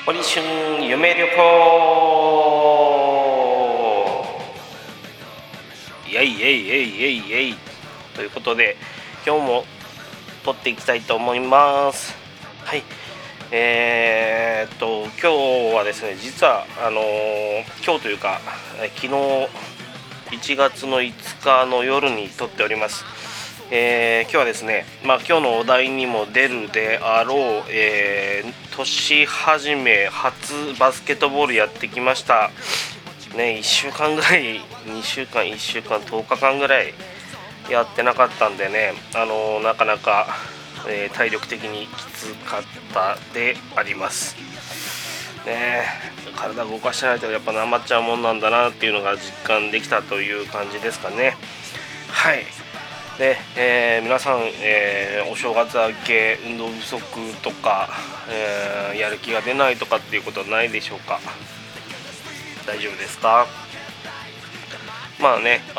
堀春夢旅行イエイイエイイエイイエイイエイということで今日も撮っていきたいと思います。はい。今日はですね、実は今日というか昨日1月の5日の夜に撮っております。今日はですね、今日のお題にも出るであろう、年始め初バスケットボールやってきましたね。1週間ぐらい2週間1週間10日間ぐらいやってなかったんでね、なかなか、体力的にきつかったでありますね。体動かしてないとやっぱなまっちゃうもんなんだなっていうのが実感できたという感じですかね。はい。で、皆さん、お正月明け運動不足とか、やる気が出ないとかっていうことはないでしょうか。大丈夫ですか。まあね、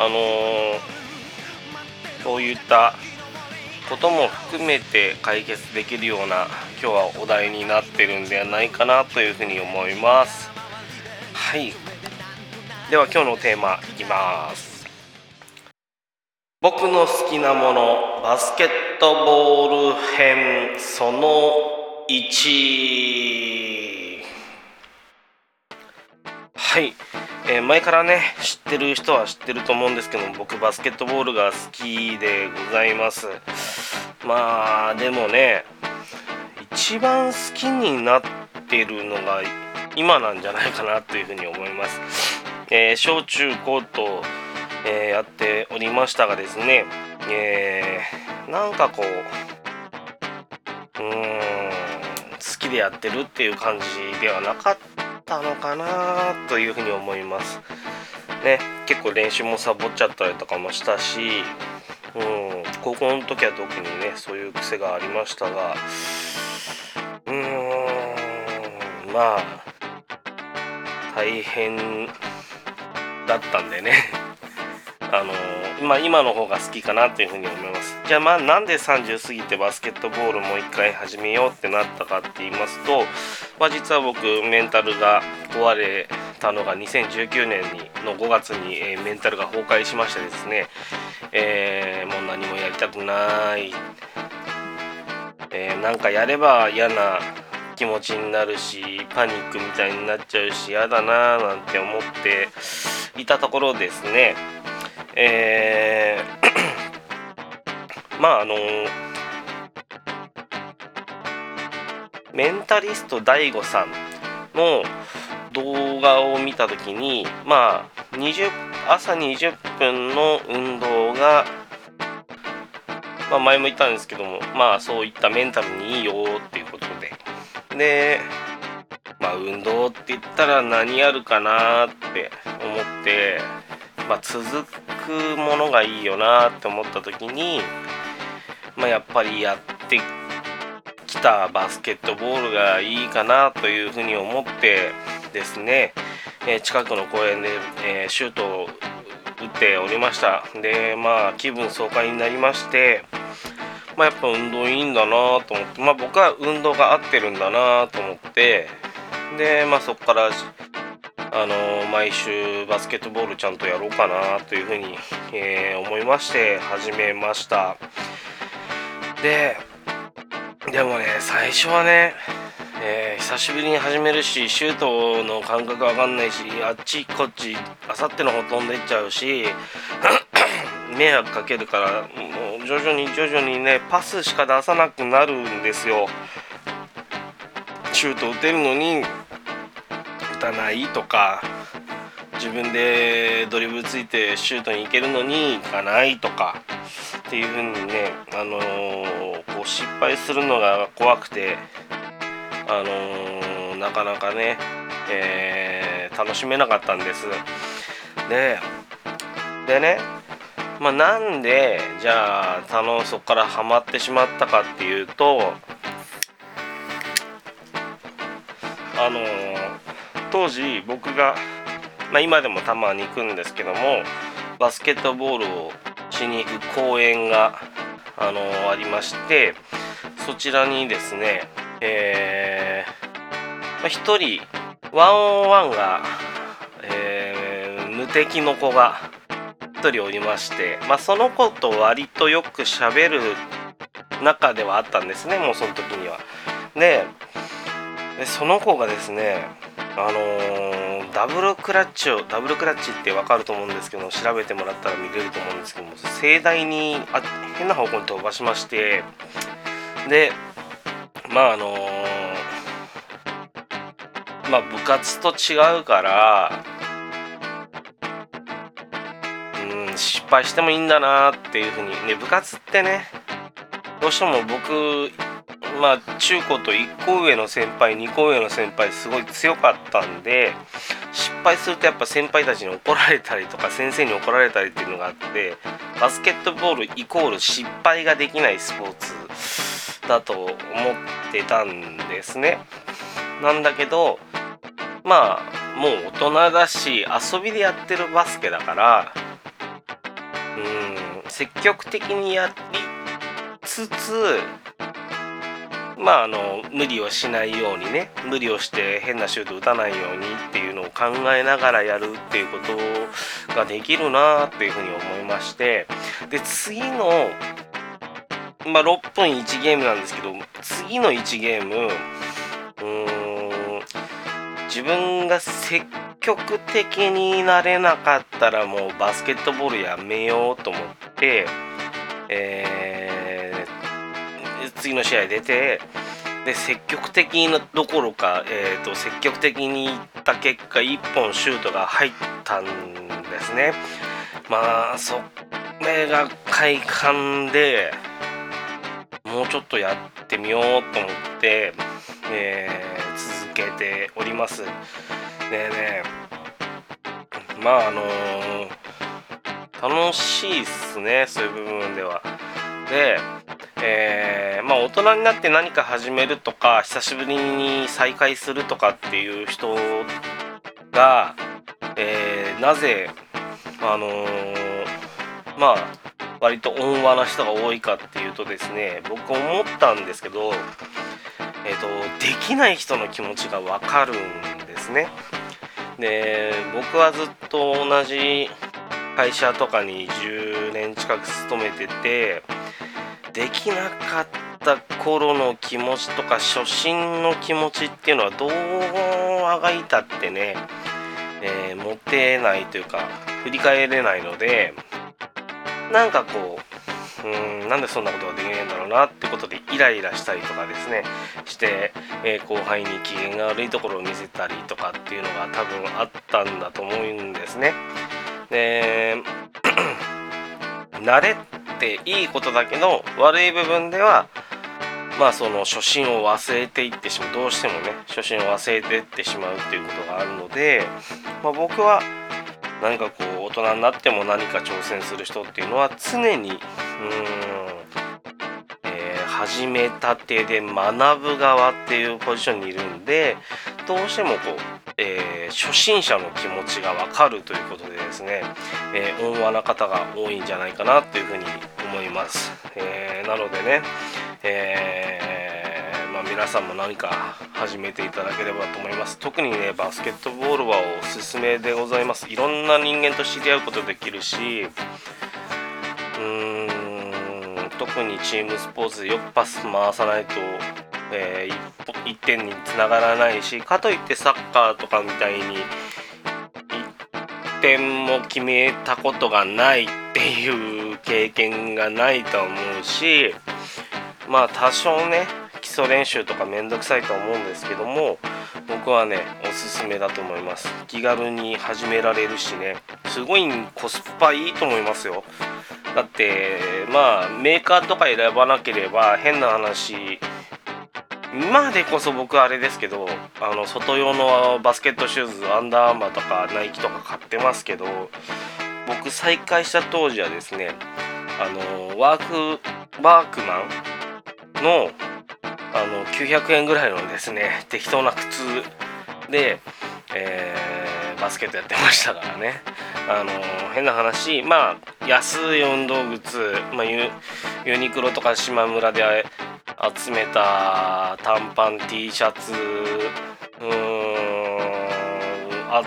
そういったことも含めて解決できるような今日はお題になってるんではないかなというふうに思います。はい。では今日のテーマいきます。僕の好きなものバスケットボール編その1。はい、前からね知ってる人は知ってると思うんですけども、僕バスケットボールが好きでございます。まあでもね、一番好きになってるのが今なんじゃないかなというふうに思います。小中高とやっておりましたがですね、なんかこう好きでやってるっていう感じではなかったのかなというふうに思いますね。結構練習もサボっちゃったりとかもしたし、高校の時は特にねそういう癖がありましたが、まあ大変だったんでね今の方が好きかなというふうに思います。じゃあなんで30過ぎてバスケットボールもう一回始めようってなったかって言いますと、実は僕メンタルが壊れたのが2019年の5月に、メンタルが崩壊しましてですね、もう何もやりたくない、なんかやれば嫌な気持ちになるしパニックみたいになっちゃうし嫌だなーなんて思っていたところですね、メンタリスト DAIGO さんの動画を見たときに、朝20分の運動が、前も言ったんですけども、そういったメンタルにいいよっていうことで、運動って言ったら何やるかなって思って、続くものがいいよなって思った時に、やっぱりやってきたバスケットボールがいいかなというふうに思ってですね、近くの公園で、シュートを打っておりました。で気分爽快になりまして、やっぱ運動いいんだなと思って、僕は運動が合ってるんだなと思って、でそこから毎週バスケットボールちゃんとやろうかなというふうに、思いまして始めました。でもね最初はね、久しぶりに始めるしシュートの感覚わかんないし、あっちこっちあさっての方飛んでっちゃうし迷惑かけるから、もう徐々にねパスしか出さなくなるんですよ。シュート打てるのに打たないとか、自分でドリブルついてシュートに行けるのに行かないとかっていう風にね、こう失敗するのが怖くて、なかなかね、楽しめなかったんです。でね、なんでじゃあそこからハマってしまったかっていうと、当時僕が、今でもたまに行くんですけども、バスケットボールをしに行く公園が、ありまして、そちらにですね、 1人ワンオンワンが、無敵の子が1人おりまして、その子と割とよく喋る仲ではあったんですね、もうその時には。でその子がですね、ダブルクラッチって分かると思うんですけど、調べてもらったら見れると思うんですけども、盛大に変な方向に飛ばしまして、で部活と違うから、失敗してもいいんだなっていう風にね。部活ってね、どうしても僕、中高と1個上の先輩2個上の先輩すごい強かったんで、失敗するとやっぱ先輩たちに怒られたりとか先生に怒られたりっていうのがあって、バスケットボールイコール失敗ができないスポーツだと思ってたんですね。なんだけどもう大人だし遊びでやってるバスケだから、積極的にやりつつ、無理をしないようにね、無理をして変なシュート打たないようにっていうのを考えながらやるっていうことができるなっていうふうに思いまして、で次の、6分1ゲームなんですけど、次の1ゲーム自分が積極的になれなかったらもうバスケットボールやめようと思って、次の試合出て、で積極的などころか、積極的にいった結果1本シュートが入ったんですね。それが快感で、もうちょっとやってみようと思って、続けております。でね、楽しいっすね、そういう部分では。で、大人になって何か始めるとか久しぶりに再会するとかっていう人が、なぜ割と温和な人が多いかっていうとですね、僕思ったんですけど、できない人の気持ちが分かるんですね。で僕はずっと同じ会社とかに10年近く勤めてて、できなかった頃の気持ちとか初心の気持ちっていうのはどうあがいたってね、持てないというか振り返れないので、なんかなんでそんなことができないんだろうなってことでイライラしたりとかですねして、後輩に機嫌が悪いところを見せたりとかっていうのが多分あったんだと思うんですね。で慣れっていいことだけど、悪い部分ではその初心を忘れていってしまう、どうしてもね初心を忘れていってしまうっていうことがあるので、僕は何か大人になっても何か挑戦する人っていうのは常に始めたてで学ぶ側っていうポジションにいるんで、どうしても初心者の気持ちが分かるということでですね、温和な方が多いんじゃないかなというふうに思います。なのでね、皆さんも何か始めていただければと思います。特にねバスケットボールはおすすめでございます。いろんな人間と知り合うことできるし、特にチームスポーツでよくパス回さないと、1点につながらないし、かといってサッカーとかみたいに1点も決めたことがないっていう経験がないと思うし、多少ね基礎練習とかめんどくさいと思うんですけども、僕はねおすすめだと思います。気軽に始められるしね、すごいコスパいいと思いますよ。だってメーカーとか選ばなければ、変な話今でこそ僕あれですけど、外用のバスケットシューズアンダーアーマーとかナイキとか買ってますけど、僕再開した当時はですね、ワークマンの900円ぐらいのですね適当な靴で、バスケットやってましたからね。変な話安い運動靴、ユニクロとか島村で集めた短パン T シャツあって、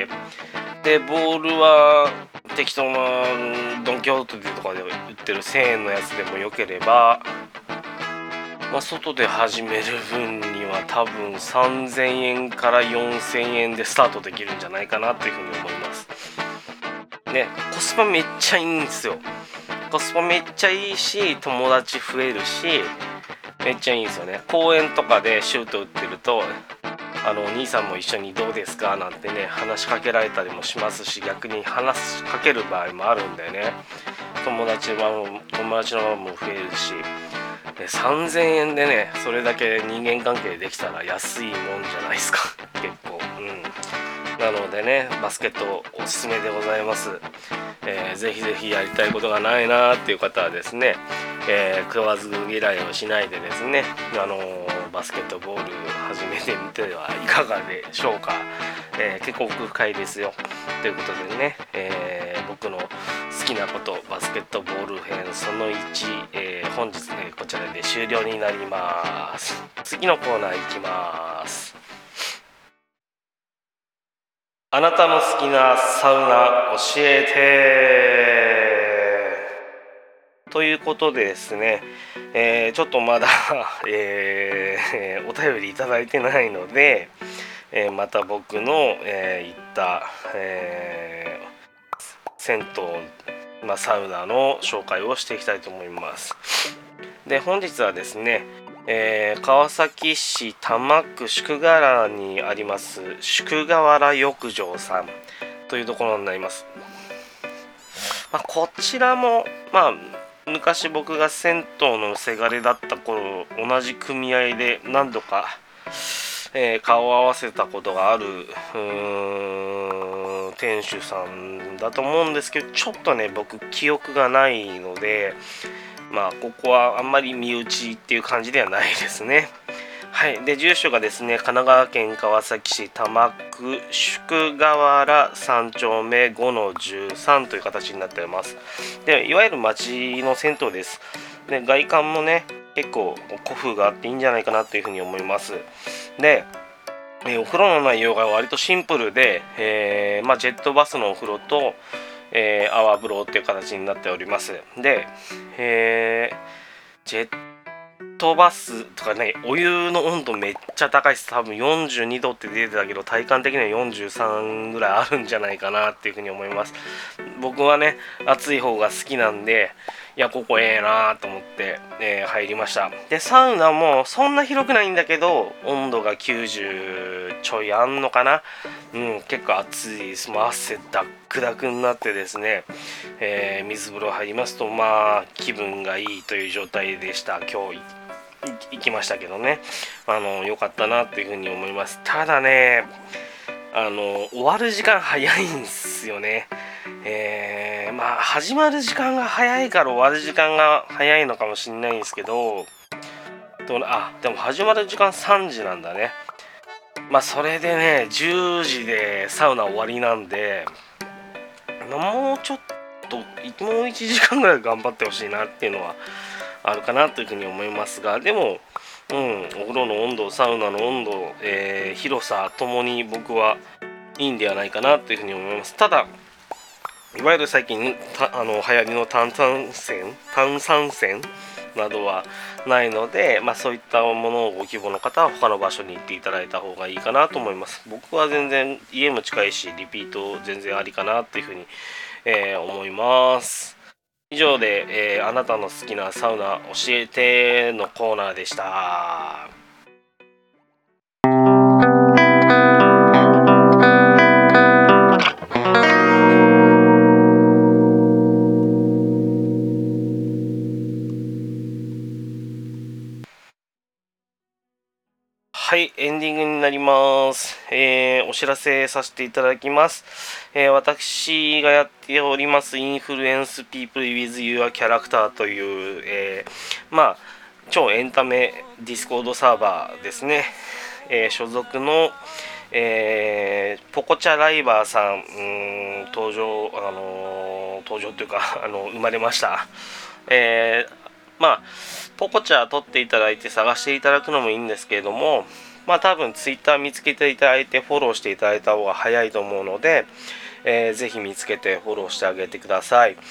でボールは適当なドン・キホーテとかで売ってる1000円のやつでもよければ、外で始める分には多分3000円から4000円でスタートできるんじゃないかなというふうに思いますね。コスパめっちゃいいんですよ。コスパめっちゃいいし、友達増えるし、めっちゃいいんですよね。公園とかでシュート打ってると、お兄さんも一緒にどうですかなんてね、話しかけられたりもしますし、逆に話しかける場合もあるんだよね。友達の輪も増えるし、3000円でね、それだけ人間関係できたら安いもんじゃないですか結構。なのでね、バスケットおすすめでございます。ぜひぜひやりたいことがないなっていう方はですね、食わず嫌いをしないでですね、バスケットボール始めてみてはいかがでしょうか。結構奥深いですよということでね、僕の好きなことバスケットボール編その1、本日ねこちらで終了になります。次のコーナーいきます。あなたの好きなサウナ教えてということでですね、ちょっとまだ、お便りいただいてないので、また僕の、行った、銭湯、サウナの紹介をしていきたいと思います。で本日はですね、川崎市多摩区宿河原にあります宿河原浴場さんというところになります。こちらも昔僕が銭湯のせがれだった頃同じ組合で何度か、顔を合わせたことがある店主さんだと思うんですけど、ちょっとね僕記憶がないので、ここはあんまり身内っていう感じではないですね。はい、で住所がですね、神奈川県川崎市多摩区宿河原3丁目 5-13 という形になっております。でいわゆる町の銭湯です。で外観もね結構古風があっていいんじゃないかなというふうに思います。でお風呂の内容が割とシンプルで、ジェットバスのお風呂と、泡風呂っていう形になっております。で、ジェットバスとかね、お湯の温度めっちゃ高いです。多分42度って出てたけど体感的には43ぐらいあるんじゃないかなっていうふうに思います。僕はね暑い方が好きなんで、いやここええなと思って、入りました。でサウナもそんな広くないんだけど温度が90ちょいあんのかな。結構暑いです。汗ダックダクになってですね、水風呂入りますと気分がいいという状態でした。今日行きましたけどね、良かったなというふうに思います。ただね終わる時間早いんですよね。始まる時間が早いから終わる時間が早いのかもしれないんですけど、でも始まる時間3時なんだね。それでね10時でサウナ終わりなんで、もうちょっともう1時間ぐらい頑張ってほしいなっていうのはあるかなというふうに思いますが、でもお風呂の温度サウナの温度、広さともに僕はいいんではないかなというふうに思います。ただいわゆる最近流行りの炭酸泉などはないので、そういったものをご希望の方は他の場所に行っていただいた方がいいかなと思います。僕は全然家も近いしリピート全然ありかなというふうに、思います。以上で、あなたの好きなサウナ教えてのコーナーでした。はい、エンディングになります。お知らせさせていただきます。私がやっておりますインフルエンスピープル with your character という、超エンタメディスコードサーバーですね。所属の、ポコチャライバーさん、登場というか生まれました。ポコチャ取っていただいて探していただくのもいいんですけれども、 多分ツイッター見つけていただいてフォローしていただいた方が早いと思うので、ぜひ見つけてフォローしてあげてください。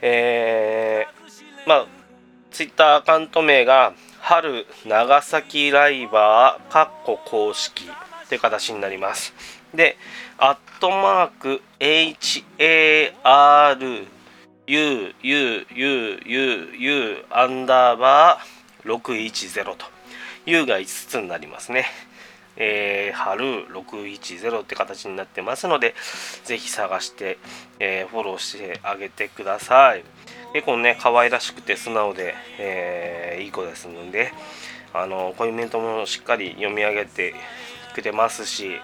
ツイッターアカウント名が春長崎ライバー公式という形になります。で、@HARUUUU アンダーバー610と U が5つになりますね。春610って形になってますので、ぜひ探して、フォローしてあげてください。結構ね、可愛らしくて素直で、いい子ですので、コメントもしっかり読み上げてくれますし、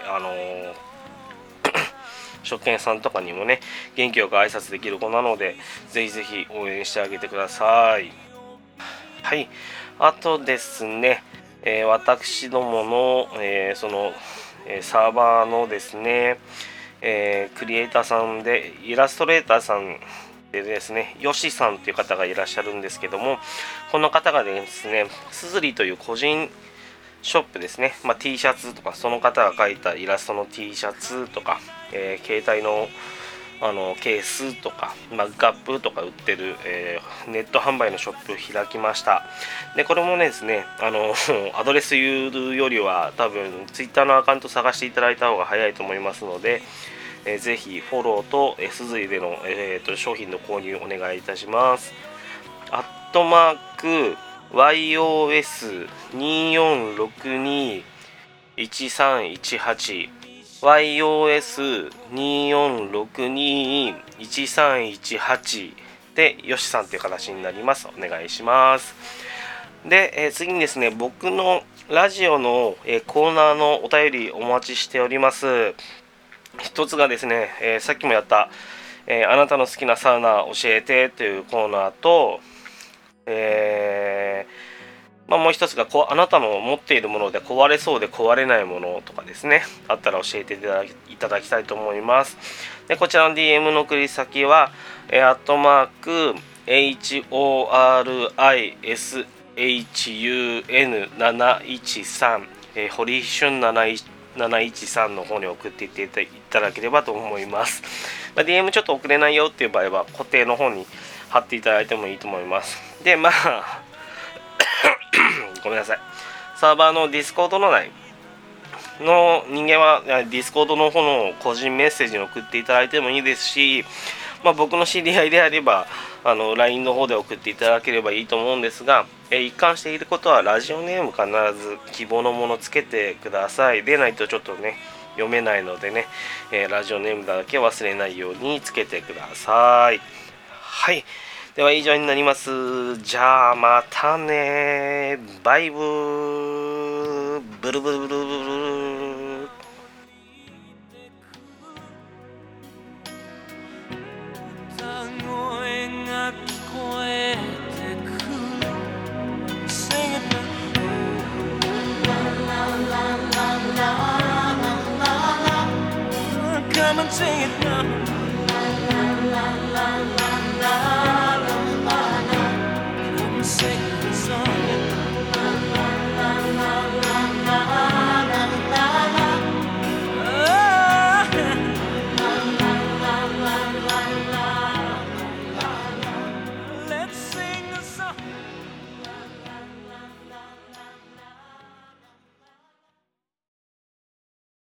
職員さんとかにもね、元気よく挨拶できる子なので、ぜひぜひ応援してあげてください。はい、あとですね、私どもの、サーバーのですね、クリエイターさんでイラストレーターさんでですね、ヨシさんという方がいらっしゃるんですけども、この方がですね、すずりという個人ショップですね、T シャツとか、その方が描いたイラストの T シャツとか、携帯のケースとか、マグカップとか売ってる、ネット販売のショップを開きました。で、これもねですね、アドレス言うよりは多分 Twitter のアカウント探していただいた方が早いと思いますので、ぜひフォローとすずりでの、商品の購入お願いいたします。@YOS24621318 YOS24621318 でよしさんという形になります。お願いします。で、次にですね、僕のラジオの、コーナーのお便りお待ちしております。一つがですね、さっきもやった、あなたの好きなサウナ教えてというコーナーと、もう一つがあなたの持っているもので壊れそうで壊れないものとかですね、あったら教えていただきたいと思います。で、こちらの DM の送り先は@HORISHUN713 堀俊713の方に送っていっていただければと思います。DM ちょっと送れないよっていう場合は固定の方に貼っていただいてもいいと思います。で、ごめんなさい。サーバーのディスコードの内の人間はディスコードの方の個人メッセージに送っていただいてもいいですし、僕の知り合いであればLINE の方で送っていただければいいと思うんですが、一貫していることはラジオネーム必ず希望のものつけてください。でないとちょっとね読めないのでね、ラジオネームだけ忘れないようにつけてください。はい、では以上になります。じゃあまたね、バイブー、ブルブルブルブルブル。歌声が聞こえてくる Sing it now Come and sing it now Come and sing the song